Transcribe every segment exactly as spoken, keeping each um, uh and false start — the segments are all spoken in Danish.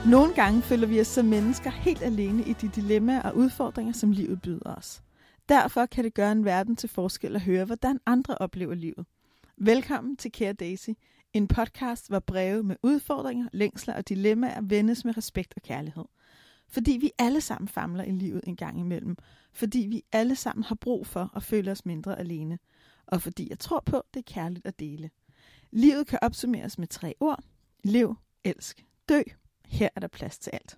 Nogle gange føler vi os som mennesker helt alene i de dilemmaer og udfordringer, som livet byder os. Derfor kan det gøre en verden til forskel at høre, hvordan andre oplever livet. Velkommen til Kære Daisy, en podcast, hvor breve med udfordringer, længsler og dilemmaer vendes med respekt og kærlighed. Fordi vi alle sammen famler i livet en gang imellem. Fordi vi alle sammen har brug for at føle os mindre alene. Og fordi jeg tror på, det er kærligt at dele. Livet kan opsummeres med tre ord. Lev, elsk, dø. Her er der plads til alt.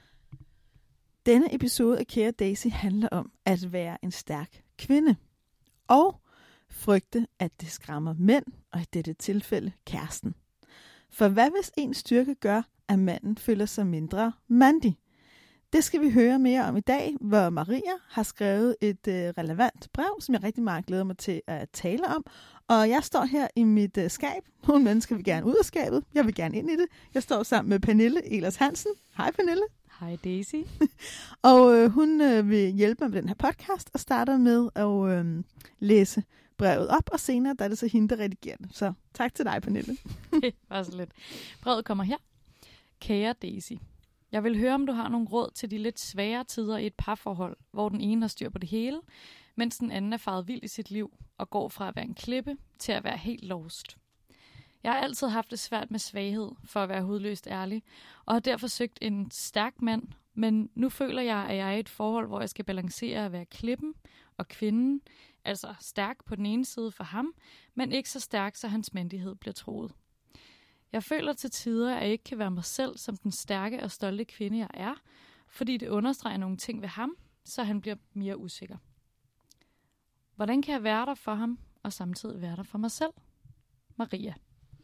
Denne episode af Kære Daisy handler om at være en stærk kvinde. Og frygte, at det skræmmer mænd, og i dette tilfælde kæresten. For hvad hvis en styrke gør, at manden føler sig mindre mandig? Det skal vi høre mere om i dag, hvor Maria har skrevet et øh, relevant brev, som jeg rigtig meget glæder mig til at tale om. Og jeg står her i mit øh, skab. Nogle mennesker vil gerne ud af skabet. Jeg vil gerne ind i det. Jeg står sammen med Pernille Ehlers Hansen. Hej Pernille. Hej Daisy. og øh, hun øh, vil hjælpe mig med den her podcast og starter med at øh, læse brevet op, og senere der er det så hende, der redigerer det. Så tak til dig, Pernille. Det var så lidt. Brevet kommer her. Kære Daisy. Jeg vil høre, om du har nogle råd til de lidt svære tider i et parforhold, hvor den ene har styr på det hele, mens den anden er faret vild i sit liv og går fra at være en klippe til at være helt lost. Jeg har altid haft det svært med svaghed, for at være hudløst ærlig, og har derfor søgt en stærk mand, men nu føler jeg, at jeg er i et forhold, hvor jeg skal balancere at være klippen og kvinden, altså stærk på den ene side for ham, men ikke så stærk, så hans mandighed bliver troet. Jeg føler til tider, at jeg ikke kan være mig selv som den stærke og stolte kvinde, jeg er, fordi det understreger nogle ting ved ham, så han bliver mere usikker. Hvordan kan jeg være der for ham, og samtidig være der for mig selv? Maria.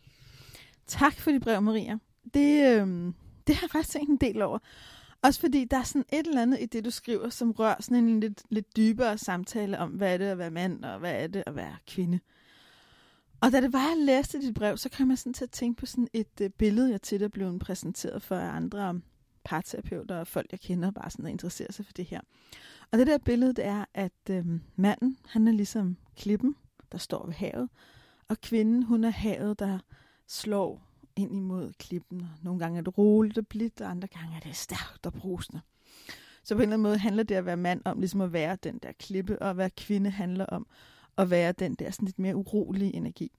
Tak for dit brev, Maria. Det, øh, det har jeg faktisk tænkt en del over. Også fordi der er sådan et eller andet i det, du skriver, som rører sådan en lidt, lidt dybere samtale om, hvad er det at være mand, og hvad er det at være kvinde. Og da det var, jeg læste dit brev, så kom jeg sådan til at tænke på sådan et øh, billede, jeg tit er blevet præsenteret for andre parterapeuter og folk, jeg kender, bare sådan, der interesserer sig for det her. Og det der billede, det er, at øh, manden, han er ligesom klippen, der står ved havet, og kvinden, hun er havet, der slår ind imod klippen. Og nogle gange er det roligt og blidt, og andre gange er det stærkt og brusende. Så på en eller anden måde handler det at være mand om ligesom at være den der klippe, og at være kvinde handler om at være den der sådan lidt mere urolige energi.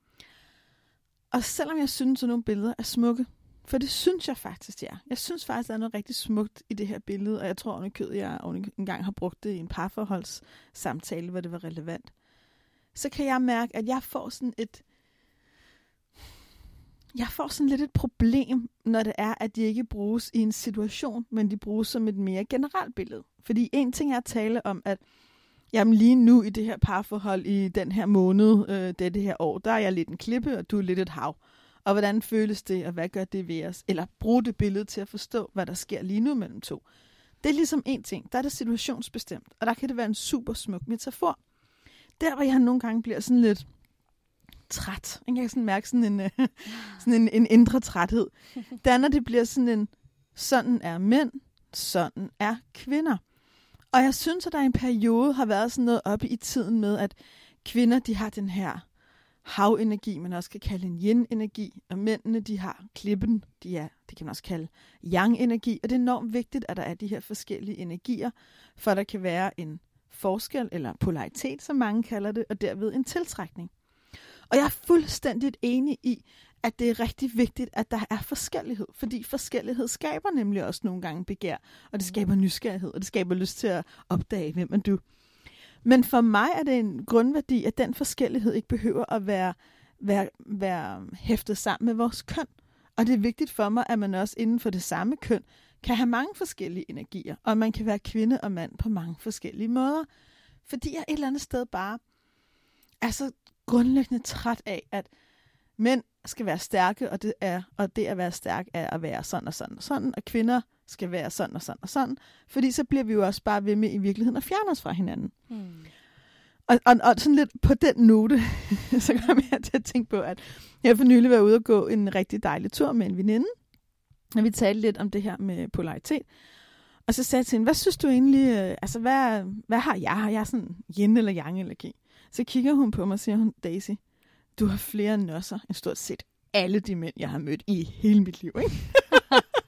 Og selvom jeg synes, at nogle billeder er smukke, for det synes jeg faktisk, ja. Jeg synes faktisk, der er noget rigtig smukt i det her billede, og jeg tror ovenikøbet, jeg engang har brugt det i en parforholdssamtale, hvor det var relevant. Så kan jeg mærke, at jeg får sådan et Jeg får sådan lidt et problem, når det er, at de ikke bruges i en situation, men de bruges som et mere generelt billede. Fordi en ting er at tale om, at jamen lige nu i det her parforhold i den her måned, øh, det, det her år, der er jeg lidt en klippe, og du er lidt et hav. Og hvordan føles det, og hvad gør det ved os? Eller bruge det billede til at forstå, hvad der sker lige nu mellem to. Det er ligesom en ting. Der er det situationsbestemt, og der kan det være en super smuk metafor. Der, hvor jeg nogle gange bliver sådan lidt træt. Jeg kan sådan mærke sådan en, øh, sådan en, en indre træthed. Der når det bliver sådan en, sådan er mænd, sådan er kvinder. Og jeg synes, at der i en periode har været sådan noget oppe i tiden med, at kvinder, de har den her havenergi, man også kan kalde en yin-energi, og mændene, de har klippen, de er, det kan man også kalde yang-energi, og det er enormt vigtigt, at der er de her forskellige energier, for der kan være en forskel, eller polaritet, som mange kalder det, og derved en tiltrækning. Og jeg er fuldstændig enig i, at det er rigtig vigtigt, at der er forskellighed. Fordi forskellighed skaber nemlig også nogle gange begær. Og det skaber nysgerrighed, og det skaber lyst til at opdage, hvem er du. Men for mig er det en grundværdi, at den forskellighed ikke behøver at være, være, være hæftet sammen med vores køn. Og det er vigtigt for mig, at man også inden for det samme køn kan have mange forskellige energier. Og man kan være kvinde og mand på mange forskellige måder. Fordi jeg et eller andet sted bare er så grundlæggende træt af, at mænd skal være stærke, og det er og det at være stærk er at være sådan og sådan og sådan, og kvinder skal være sådan og sådan og sådan, fordi så bliver vi jo også bare ved med i virkeligheden at fjerne os fra hinanden. Hmm. Og, og, og sådan lidt på den note, så kom jeg til at tænke på, at jeg for nylig var ude og gå en rigtig dejlig tur med en veninde, og vi talte lidt om det her med polaritet. Og så sagde jeg til hende, hvad synes du egentlig, øh, altså hvad, hvad har jeg? Har jeg sådan yin eller yang energi? Så kigger hun på mig og siger hun, Daisy, du har flere nøsser end stort set alle de mænd, jeg har mødt i hele mit liv, ikke?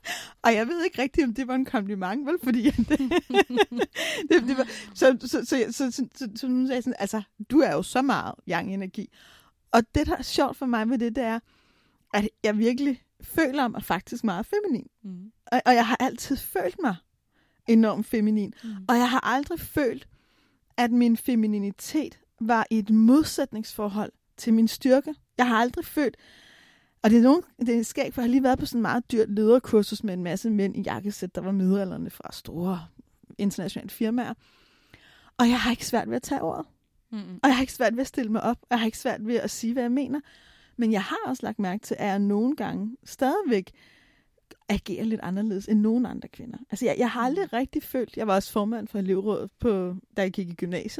Og jeg ved ikke rigtigt, om det var en kompliment, vel? Fordi det, det, det var, så, så, så, så, så, så, så, så nu sagde jeg sådan, altså, du er jo så meget yang-energi. Og det, der er sjovt for mig ved det, det er, at jeg virkelig føler mig faktisk meget feminin. Mm. Og, og jeg har altid følt mig enormt feminin. Mm. Og jeg har aldrig følt, at min femininitet var i et modsætningsforhold til min styrke. Jeg har aldrig følt, og det er, nogen, det er skægt, for jeg har lige været på sådan en meget dyrt lederkursus med en masse mænd i jakkesæt, der var midaldrende fra store internationale firmaer. Og jeg har ikke svært ved at tage ordet. Mm-hmm. Og jeg har ikke svært ved at stille mig op. Og jeg har ikke svært ved at sige, hvad jeg mener. Men jeg har også lagt mærke til, at jeg nogle gange stadigvæk agerer lidt anderledes end nogen andre kvinder. Altså, jeg, jeg har aldrig rigtig følt, jeg var også formand for elevrådet, på, da jeg gik i gymnasiet.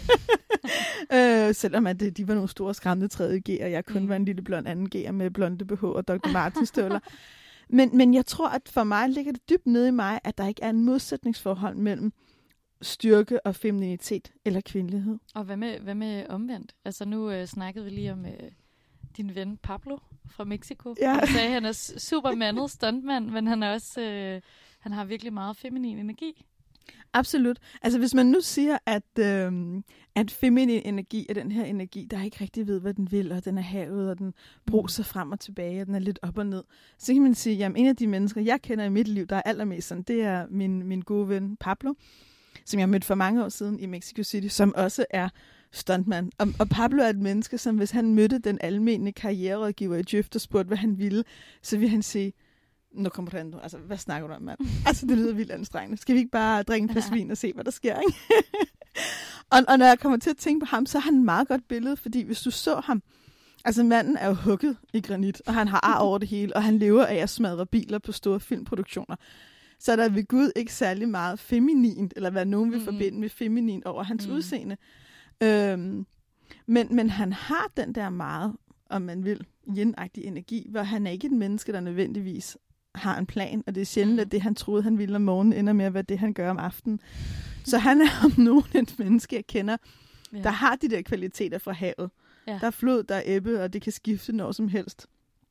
Ikke? øh, selvom at de var nogle store skræmte tredje G'er, og jeg kun mm. var en lille blond anden G'er med blonde B H og doktor Martens støvler. men, men jeg tror, at for mig ligger det dybt nede i mig, at der ikke er en modsætningsforhold mellem styrke og femininitet eller kvindelighed. Og hvad med, hvad med omvendt? Altså nu øh, snakkede vi lige om øh, din ven Pablo fra Mexico. Ja. Han sagde, at han er super mandet stuntmand, men han er også øh, han har virkelig meget feminin energi. Absolut. Altså hvis man nu siger, at, øh, at feminin energi er den her energi, der ikke rigtig ved, hvad den vil, og den er havet, og den bruser frem og tilbage, og den er lidt op og ned, så kan man sige, jamen en af de mennesker, jeg kender i mit liv, der er allermest sådan, det er min, min gode ven Pablo, som jeg mødte for mange år siden i Mexico City, som også er stuntmand. Og, og Pablo er et menneske, som hvis han mødte den almindelige karriererådgiver i Djøft og spurgte, hvad han ville, så ville han sige, nu kommer du, altså hvad snakker du om, mand? Altså det lyder vildt anstrengende. Skal vi ikke bare drikke en flaske vin og se, hvad der sker, ikke? og, og når jeg kommer til at tænke på ham, så har han et meget godt billede, fordi hvis du så ham, altså manden er jo hugget i granit, og han har ar over det hele, og han lever af at smadre biler på store filmproduktioner. Så er der ved Gud ikke særlig meget feminint, eller hvad nogen vil mm-hmm. forbinde med feminin over hans mm. udseende. Øhm, men, men han har den der meget, om man vil, yin-agtig energi, hvor han er ikke et menneske, der nødvendigvis har en plan, og det er sjældent, mm. at det, han troede, han ville om morgenen, ender med at være det, han gør om aftenen. Så han er om nogen et menneske, jeg kender, ja. Der har de der kvaliteter fra havet. Ja. Der er flod, der er ebbe, og det kan skifte når som helst.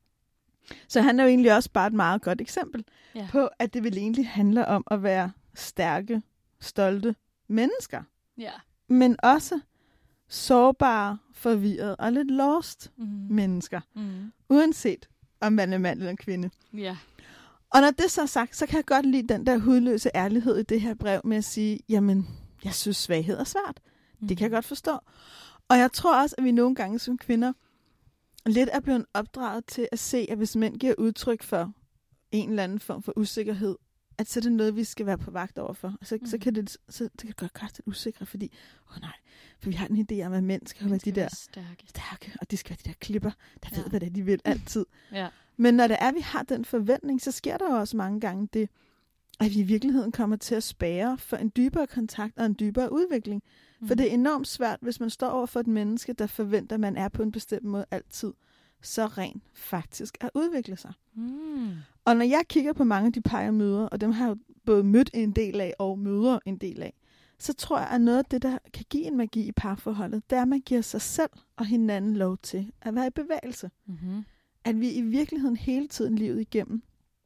Så han er jo egentlig også bare et meget godt eksempel ja. På, at det vel egentlig handler om at være stærke, stolte mennesker. Ja. Men også sårbare, forvirrede og lidt lost mm. mennesker. Mm. Uanset om man er mand eller kvinde. Ja. Og når det så er sagt, så kan jeg godt lide den der hudløse ærlighed i det her brev med at sige, jamen, jeg synes svaghed er svært. Mm. Det kan jeg godt forstå. Og jeg tror også, at vi nogle gange som kvinder lidt er blevet opdraget til at se, at hvis mænd giver udtryk for en eller anden form for usikkerhed, at så er det noget, vi skal være på vagt overfor. Og så, mm. så, kan det, så det kan godt gøre det usikre, fordi, åh oh nej, for vi har en idé om, at mænd skal, skal være de der stærke. stærke, og de skal være de der klipper, der ja. Ved, hvad det er, de vil altid. Ja. Men når det er, vi har den forventning, så sker der jo også mange gange det, at vi i virkeligheden kommer til at spærre for en dybere kontakt og en dybere udvikling. Mm. For det er enormt svært, hvis man står over for et menneske, der forventer, at man er på en bestemt måde altid, så rent faktisk at udvikle sig. Mm. Og når jeg kigger på mange af de par, jeg møder, og dem har jeg jo både mødt en del af og møder en del af, så tror jeg, at noget af det, der kan give en magi i parforholdet, det er, at man giver sig selv og hinanden lov til at være i bevægelse. Mm-hmm. At vi i virkeligheden hele tiden livet igennem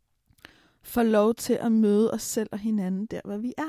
får lov til at møde os selv og hinanden der, hvor vi er.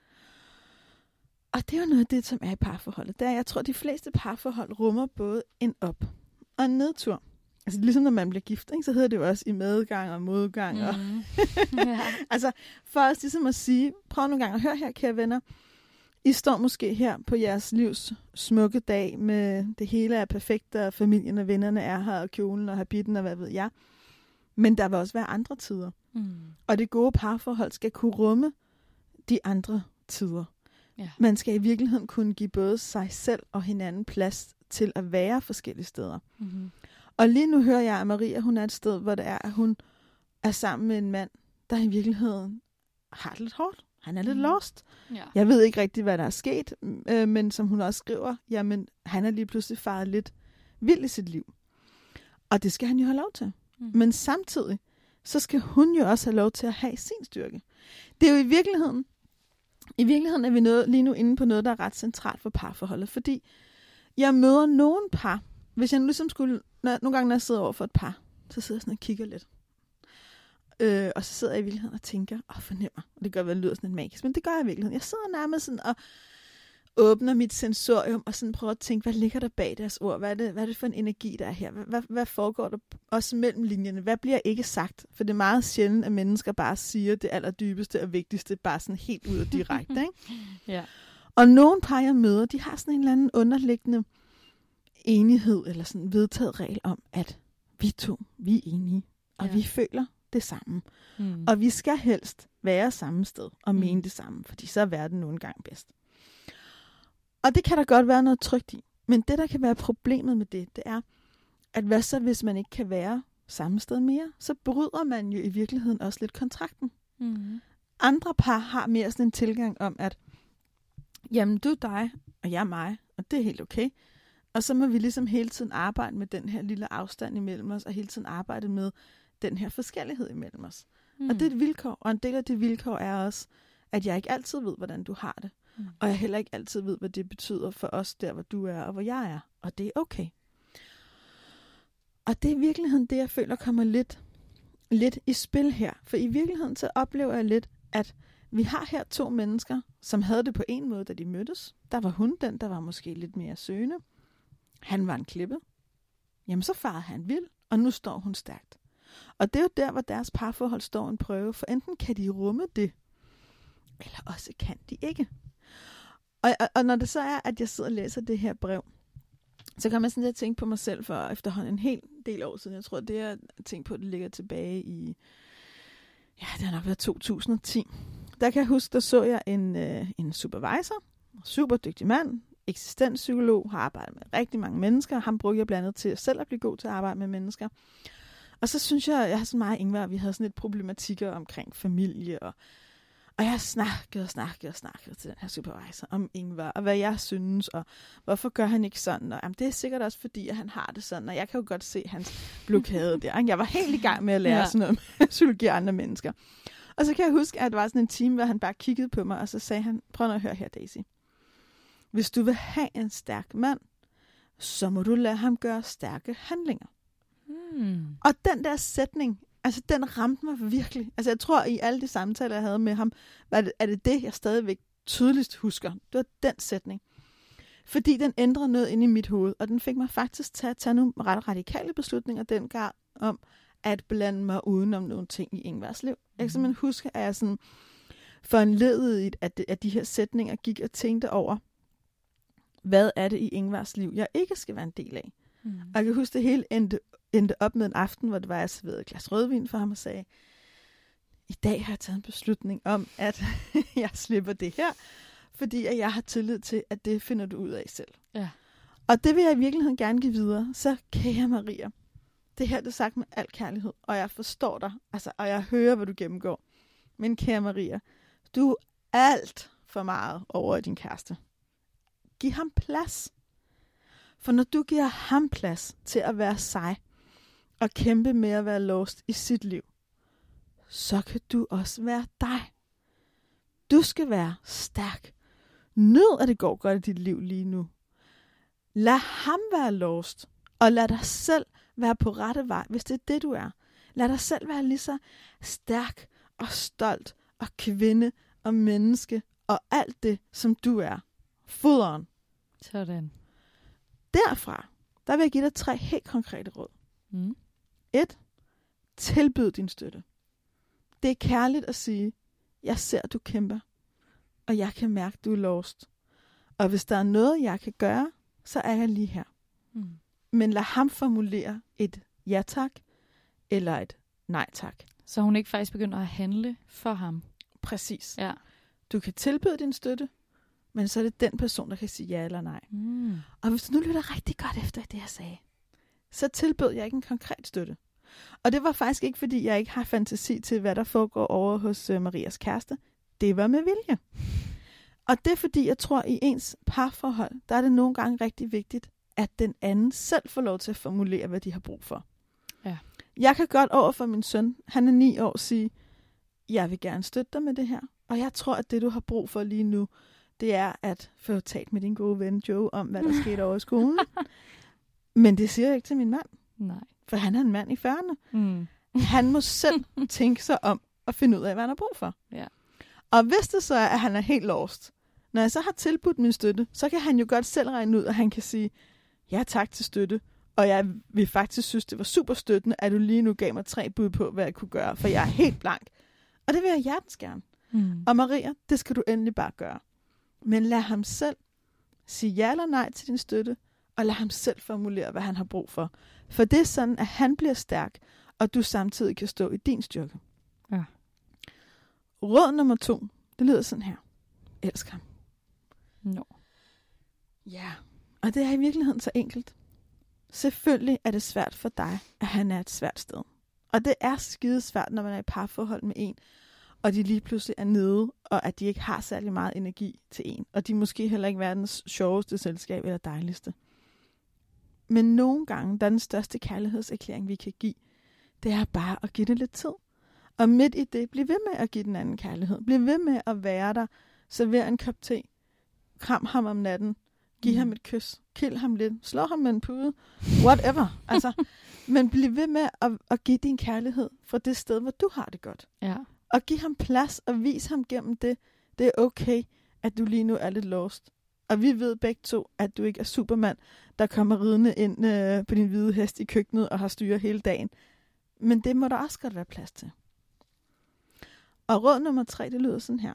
Og det er jo noget af det, som er i parforholdet. Det er, jeg tror, at de fleste parforhold rummer både en op- og en nedtur. Altså ligesom når man bliver gift, ikke, så hedder det jo også i medgang og modgang. Mm. Og ja. Altså for os ligesom at sige, prøv nogle gange at høre her, kære venner. I står måske her på jeres livs smukke dag med det hele er perfekt, og familien og vennerne er her, og kjolen og habitten og hvad ved jeg. Men der vil også være andre tider. Mm. Og det gode parforhold skal kunne rumme de andre tider. Ja. Man skal i virkeligheden kunne give både sig selv og hinanden plads til at være forskellige steder. Mm-hmm. Og lige nu hører jeg, at Maria, hun er et sted, hvor det er, at hun er sammen med en mand, der i virkeligheden har det lidt hårdt. Han er lidt mm. lost. Ja. Jeg ved ikke rigtig, hvad der er sket, øh, men som hun også skriver, jamen, han er lige pludselig faret lidt vild i sit liv. Og det skal han jo have lov til. Mm. Men samtidig, så skal hun jo også have lov til at have sin styrke. Det er jo i virkeligheden, i virkeligheden er vi noget, lige nu inde på noget, der er ret centralt for parforholdet, fordi jeg møder nogen par, hvis jeg nu ligesom skulle, når, nogle gange når jeg sidder over for et par, så sidder jeg sådan og kigger lidt. Øh, og så sidder jeg i virkeligheden og tænker, og fornemmer, og det gør, at det lyder sådan lidt magisk, men det gør jeg i virkeligheden. Jeg sidder nærmest sådan og åbner mit sensorium, og sådan prøver at tænke, hvad ligger der bag deres ord? Hvad er det, hvad er det for en energi, der er her? Hvad, hvad, hvad foregår der også mellem linjerne? Hvad bliver ikke sagt? For det er meget sjældent, at mennesker bare siger det allerdybeste og vigtigste, bare sådan helt ud og direkte, ikke? Ja. Og nogle par, jeg møder, de har sådan en eller anden underliggende enighed, eller sådan en vedtaget regel om, at vi to, vi er enige, og ja. vi føler det samme. Mm. Og vi skal helst være samme sted og mene mm. det samme, fordi så er verden nogle gange bedst. Og det kan der godt være noget trygt i. Men det, der kan være problemet med det, det er, at hvad så, hvis man ikke kan være samme sted mere, så bryder man jo i virkeligheden også lidt kontrakten. Mm. Andre par har mere sådan en tilgang om, at jamen, du er dig, og jeg er mig, og det er helt okay. Og så må vi ligesom hele tiden arbejde med den her lille afstand imellem os, og hele tiden arbejde med den her forskellighed imellem os. Mm. Og det er et vilkår, og en del af det vilkår er også, at jeg ikke altid ved, hvordan du har det. Mm. Og jeg heller ikke altid ved, hvad det betyder for os, der hvor du er, og hvor jeg er. Og det er okay. Og det er i virkeligheden det, jeg føler kommer lidt, lidt i spil her. For i virkeligheden så oplever jeg lidt, at vi har her to mennesker, som havde det på en måde, da de mødtes. Der var hun den, der var måske lidt mere søgende. Han var en klippe. Jamen så farede han vild, og nu står hun stærkt. Og det er jo der, hvor deres parforhold står en prøve, for enten kan de rumme det, eller også kan de ikke. Og, og, og når det så er, at jeg sidder og læser det her brev, så kan man sådan lidt tænke på mig selv for efterhånden en hel del år siden. Jeg tror, det jeg tænkte på, det ligger tilbage i, ja, det har nok været to tusind og ti. Der kan jeg huske, der så jeg en, øh, en supervisor, super dygtig mand, eksistenspsykolog, har arbejdet med rigtig mange mennesker. Ham brugte jeg blandt andet til selv at blive god til at arbejde med mennesker. Og så synes jeg, jeg har så meget Ingvar, vi havde sådan lidt problematikker omkring familie, og, og jeg har snakket og snakket og snakket til den her supervisor om Ingvar, og hvad jeg synes, og hvorfor gør han ikke sådan, og jamen, det er sikkert også fordi, at han har det sådan, og jeg kan jo godt se hans blokade der. Jeg var helt i gang med at lære ja. sådan noget med psykologi af andre mennesker. Og så kan jeg huske, at der var sådan en time, hvor han bare kiggede på mig, og så sagde han, prøv nu at høre her, Daisy. Hvis du vil have en stærk mand, så må du lade ham gøre stærke handlinger. Hmm. Og den der sætning, altså den ramte mig virkelig. Altså jeg tror, i alle de samtaler, jeg havde med ham, var det, er det det, jeg stadigvæk tydeligst husker. Det var den sætning. Fordi den ændrede noget inde i mit hoved, og den fik mig faktisk til at tage nogle ret radikale beslutninger dengang om at blande mig udenom nogle ting i Ingvars liv. Jeg kan simpelthen huske, at jeg sådan foranlediget, at, at de her sætninger gik og tænkte over, hvad er det i Ingvars liv, jeg ikke skal være en del af. Mm. Og jeg kan huske, det hele endte, endte op med en aften, hvor det var, jeg serverede et glas rødvin for ham og sagde, i dag har jeg taget en beslutning om, at jeg slipper det her, fordi at jeg har tillid til, at det finder du ud af selv. Ja. Og det vil jeg i virkeligheden gerne give videre. Så kære Maria, det her det er sagt med al kærlighed, og jeg forstår dig, altså, og jeg hører, hvad du gennemgår. Men kære Maria, du er alt for meget over i din kæreste. Giv ham plads. For når du giver ham plads til at være sig, og kæmpe med at være lost i sit liv, så kan du også være dig. Du skal være stærk. Nyd, at det går godt i dit liv lige nu. Lad ham være lost, og lad dig selv være på rette vej, hvis det er det, du er. Lad dig selv være lige så stærk og stolt og kvinde og menneske og alt det, som du er. Foderen. Sådan. Derfra, der vil jeg give dig tre helt konkrete råd. Mm. Et. Tilbyd din støtte. Det er kærligt at sige, jeg ser, at du kæmper, og jeg kan mærke, at du er lost. Og hvis der er noget, jeg kan gøre, så er jeg lige her. Mm. Men lad ham formulere et ja tak, eller et nej tak. Så hun ikke faktisk begynder at handle for ham. Præcis. Ja. Du kan tilbyde din støtte, men så er det den person, der kan sige ja eller nej. Mm. Og hvis du nu lytter rigtig godt efter det, jeg sagde, så tilbød jeg ikke en konkret støtte. Og det var faktisk ikke, fordi jeg ikke har fantasi til, hvad der foregår over hos uh, Marias kæreste. Det var med vilje. Og det er, fordi jeg tror, i ens parforhold, der er det nogle gange rigtig vigtigt, at den anden selv får lov til at formulere, hvad de har brug for. Ja. Jeg kan godt over for min søn, han er ni år, sige, jeg vil gerne støtte dig med det her. Og jeg tror, at det, du har brug for lige nu, det er at få talt med din gode ven Joe om, hvad der skete over i skolen. Men det siger jeg ikke til min mand. Nej. For han er en mand i fyrrerne. Mm. Han må selv tænke sig om og finde ud af, hvad han har brug for. Ja. Og hvis det så er, at han er helt lost, når jeg så har tilbudt min støtte, så kan han jo godt selv regne ud, at han kan sige, ja tak til støtte. Og jeg vil faktisk synes, det var super støttende, at du lige nu gav mig tre bud på, hvad jeg kunne gøre, for jeg er helt blank. Og det vil jeg hjertens gerne. Mm. Og Maria, det skal du endelig bare gøre. Men lad ham selv sige ja eller nej til din støtte, og lad ham selv formulere, hvad han har brug for. For det er sådan, at han bliver stærk, og du samtidig kan stå i din styrke. Ja. Råd nummer to, det lyder sådan her. Elsk ham. No. Ja, og det er i virkeligheden så enkelt. Selvfølgelig er det svært for dig, at han er et svært sted. Og det er skidesvært, når man er i parforhold med en, og de lige pludselig er nede, og at de ikke har særlig meget energi til en. Og de er måske heller ikke verdens sjoveste selskab eller dejligste. Men nogle gange, der er den største kærlighedserklæring, vi kan give, det er bare at give det lidt tid. Og midt i det, bliv ved med at give den anden kærlighed. Bliv ved med at være der. Server en kop te. Kram ham om natten. Giv mm. ham et kys. Kill ham lidt. Slå ham med en pude. Whatever. altså, men bliv ved med at, at give din kærlighed fra det sted, hvor du har det godt. Ja. Og giv ham plads og vis ham gennem det. Det er okay, at du lige nu er lidt lost. Og vi ved begge to, at du ikke er Superman, der kommer ridende ind øh, på din hvide hest i køkkenet og har styre hele dagen. Men det må der også godt være plads til. Og råd nummer tre, det lyder sådan her.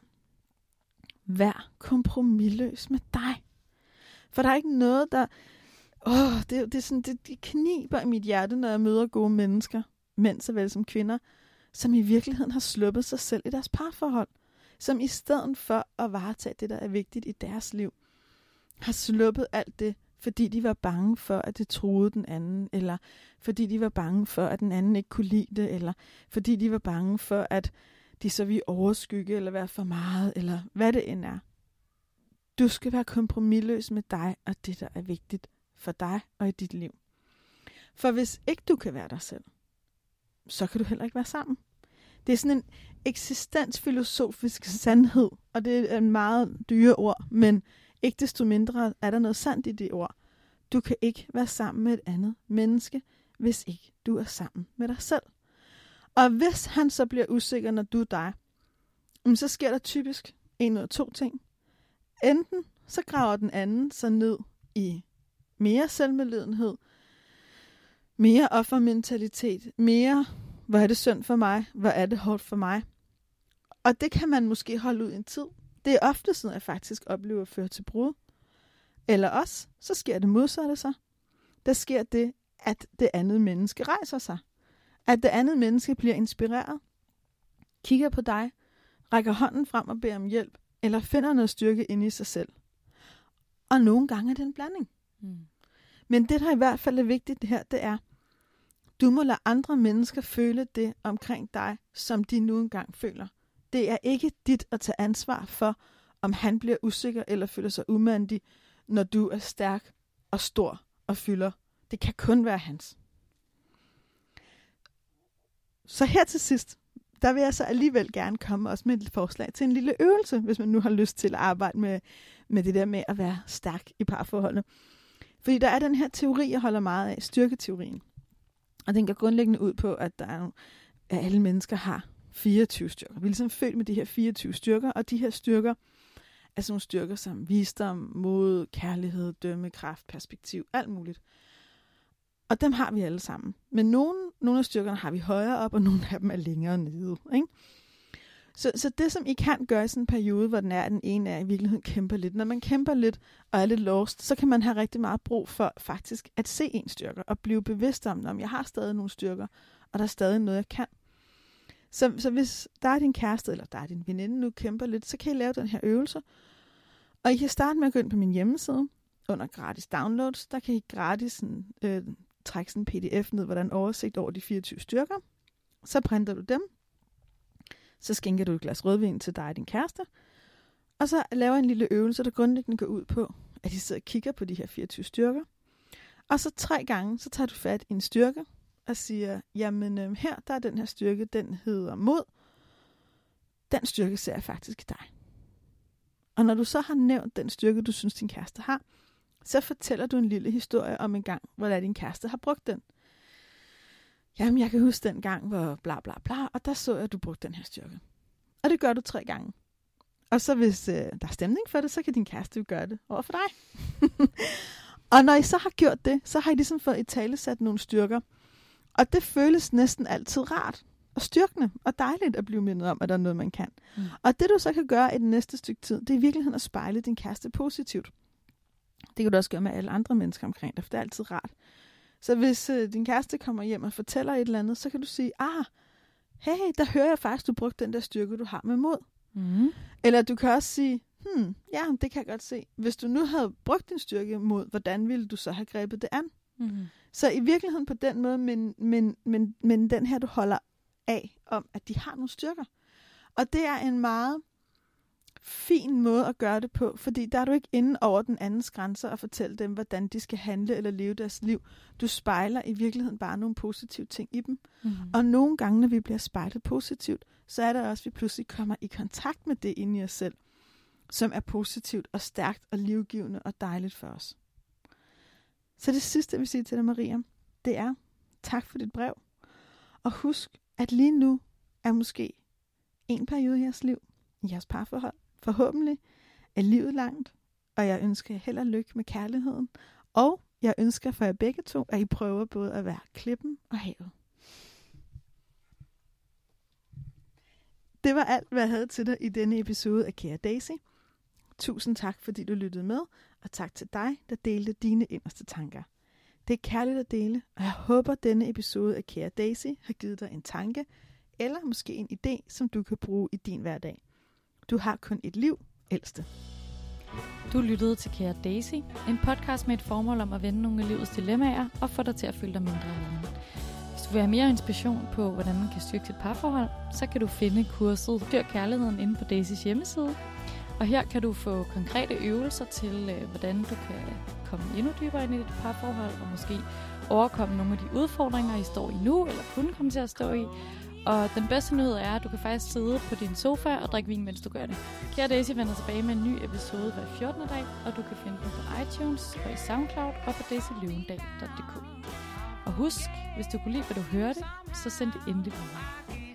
Vær kompromisløs med dig. For der er ikke noget, der... Åh, det, det er sådan, det, det kniber i mit hjerte, når jeg møder gode mennesker, mænd såvel som kvinder, som i virkeligheden har sluppet sig selv i deres parforhold. Som i stedet for at varetage det, der er vigtigt i deres liv, har sluppet alt det, fordi de var bange for, at det truede den anden, eller fordi de var bange for, at den anden ikke kunne lide det, eller fordi de var bange for, at de så ville overskygge, eller være for meget, eller hvad det end er. Du skal være kompromisløs med dig, og det, der er vigtigt for dig og i dit liv. For hvis ikke du kan være dig selv, så kan du heller ikke være sammen. Det er sådan en eksistensfilosofisk sandhed, og det er en meget dyre ord, men ikke desto mindre er der noget sandt i det ord. Du kan ikke være sammen med et andet menneske, hvis ikke du er sammen med dig selv. Og hvis han så bliver usikker, når du er dig, så sker der typisk en eller to ting. Enten så graver den anden sig ned i mere selvmedlidenhed, mere offermentalitet, mere, hvor er det synd for mig, hvor er det hårdt for mig. Og det kan man måske holde ud en tid. Det er ofte sådan, at jeg faktisk oplever at føre til brud. Eller også, så sker det modsatte sig. Der sker det, at det andet menneske rejser sig. At det andet menneske bliver inspireret, kigger på dig, rækker hånden frem og beder om hjælp, eller finder noget styrke inde i sig selv. Og nogle gange er det en blanding. Mm. Men det, der i hvert fald er vigtigt her, det er, du må lade andre mennesker føle det omkring dig, som de nu engang føler. Det er ikke dit at tage ansvar for, om han bliver usikker eller føler sig umandig, når du er stærk og stor og fylder. Det kan kun være hans. Så her til sidst, der vil jeg så alligevel gerne komme også med et forslag til en lille øvelse, hvis man nu har lyst til at arbejde med, med det der med at være stærk i parforholdet. Fordi der er den her teori, jeg holder meget af, styrketeorien. Og den går grundlæggende ud på, at der er nogle, at alle mennesker har fireogtyve styrker. Vi er ligesom født med de her fireogtyve styrker, og de her styrker er sådan nogle styrker som visdom, mod, kærlighed, dømmekraft, perspektiv, alt muligt. Og dem har vi alle sammen. Men nogle, nogle af styrkerne har vi højere op, og nogle af dem er længere nede. Ikke? Så, så det, som I kan gøre i sådan en periode, hvor den er, at den ene er i virkeligheden kæmper lidt. Når man kæmper lidt og er lidt lost, så kan man have rigtig meget brug for faktisk at se en styrker og blive bevidst om, om jeg har stadig nogle styrker, og der er stadig noget, jeg kan. Så, så hvis der er din kæreste, eller der er din veninde nu kæmper lidt, så kan I lave den her øvelse. Og I kan starte med at gå ind på min hjemmeside, under gratis downloads. Der kan I gratis sådan, øh, trække sådan en pdf ned, hvor der er en oversigt over de fireogtyve styrker. Så printer du dem. Så skænker du et glas rødvin til dig og din kæreste. Og så laver en lille øvelse, der grundlæggende går ud på, at I sidder og kigger på de her fireogtyve styrker. Og så tre gange, så tager du fat i en styrke, og siger, jamen øh, her, der er den her styrke, den hedder mod. Den styrke ser jeg faktisk i dig. Og når du så har nævnt den styrke, du synes, din kæreste har, så fortæller du en lille historie om en gang, hvor din kæreste har brugt den. jamen jeg kan huske den gang, hvor bla bla bla, og der så jeg, at du brugte den her styrke. Og det gør du tre gange. Og så hvis øh, der er stemning for det, så kan din kæreste jo gøre det over for dig. Og når I så har gjort det, så har I ligesom fået i tale sat nogle styrker. Og det føles næsten altid rart og styrkende og dejligt at blive mindet om, at der er noget, man kan. Mm. Og det du så kan gøre i den næste stykke tid, det er i virkeligheden at spejle din kæreste positivt. Det kan du også gøre med alle andre mennesker omkring dig, for det er altid rart. Så hvis øh, din kæreste kommer hjem og fortæller et eller andet, så kan du sige, ah, hey, der hører jeg faktisk, du brugte den der styrke, du har med mod. Mm. Eller du kan også sige, hmm, ja, det kan jeg godt se. Hvis du nu havde brugt din styrke mod, hvordan ville du så have grebet det an? Mm. Så i virkeligheden på den måde, men, men, men, men den her, du holder af, om at de har nogle styrker. Og det er en meget fin måde at gøre det på, fordi der er du ikke inde over den andens grænser og fortælle dem, hvordan de skal handle eller leve deres liv. Du spejler i virkeligheden bare nogle positive ting i dem. Mm. Og nogle gange, når vi bliver spejlet positivt, så er der også, at vi pludselig kommer i kontakt med det inde i os selv, som er positivt og stærkt og livgivende og dejligt for os. Så det sidste, jeg vil sige til dig, Maria, det er, tak for dit brev. Og husk, at lige nu er måske en periode i jeres liv, i jeres parforhold, forhåbentlig er livet langt, og jeg ønsker jer held og lykke med kærligheden. Og jeg ønsker for jer begge to, at I prøver både at være klippen og havet. Det var alt, hvad jeg havde til dig i denne episode af Kære Daisy. Tusind tak, fordi du lyttede med, og tak til dig, der delte dine inderste tanker. Det er kærligt at dele, og jeg håber, at denne episode af Kære Daisy har givet dig en tanke, eller måske en idé, som du kan bruge i din hverdag. Du har kun et liv, ældste. Du lyttede til Kære Daisy, en podcast med et formål om at vende nogle af livets dilemmaer og få dig til at føle dig mindre alene. Hvis du vil have mere inspiration på, hvordan man kan styrke sit parforhold, så kan du finde kurset Styrk Kærligheden inde på Daisys hjemmeside. Og her kan du få konkrete øvelser til, øh, hvordan du kan komme endnu dybere ind i dit parforhold, og måske overkomme nogle af de udfordringer, I står i nu, eller kunne komme til at stå i. Og den bedste nyhed er, at du kan faktisk sidde på din sofa og drikke vin, mens du gør det. Kære Daisy vender tilbage med en ny episode hver fjortende dag, og du kan finde den på iTunes og i SoundCloud og på daisy løvendal punktum d k. Og husk, hvis du kunne lide, hvad du hørte, så send det endelig videre.